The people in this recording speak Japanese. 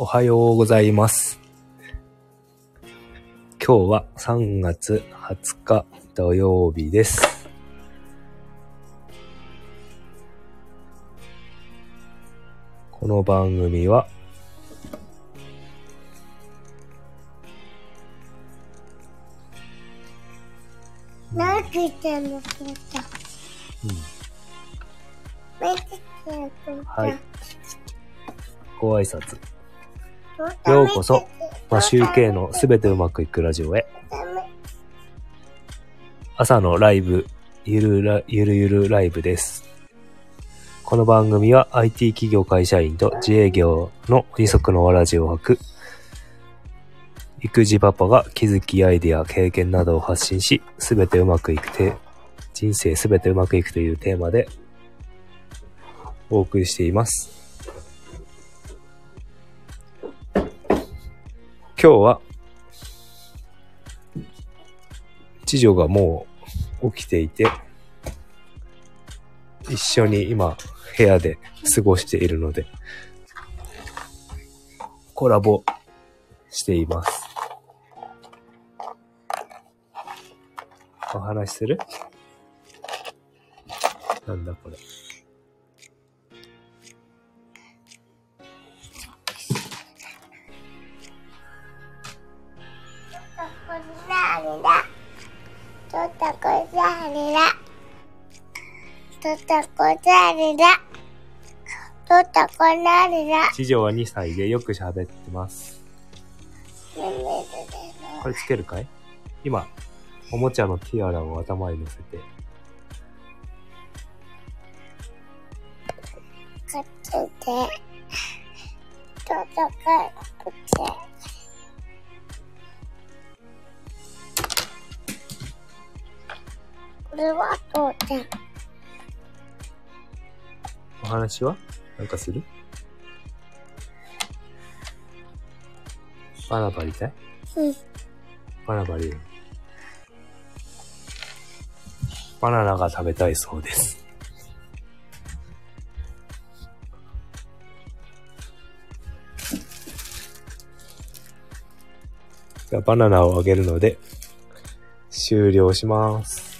おはようございます。今日は3月20日土曜日です。この番組は何て言ってんの？ はい。ご挨拶。ようこそ、マシューケイのすべてうまくいくラジオへ。朝のライブ、ゆるゆるライブです。この番組は IT 企業会社員と自営業の二足のわらじを履く育児パパが気づき、アイデア、経験などを発信し、すべてうまくいく人生すべてうまくいくというテーマでお送りしています。今日は次女がもう起きていて、一緒に今部屋で過ごしているのでコラボしています。お話しする？なんだこれ。次女は2歳でよく喋ってます。これつけるかい？今おもちゃのティアラを頭に乗せてこれは父ちゃん。 お話はなんかする？バナバリたい？バナバリ。バナナが食べたいそうです。じゃあバナナをあげるので終了します。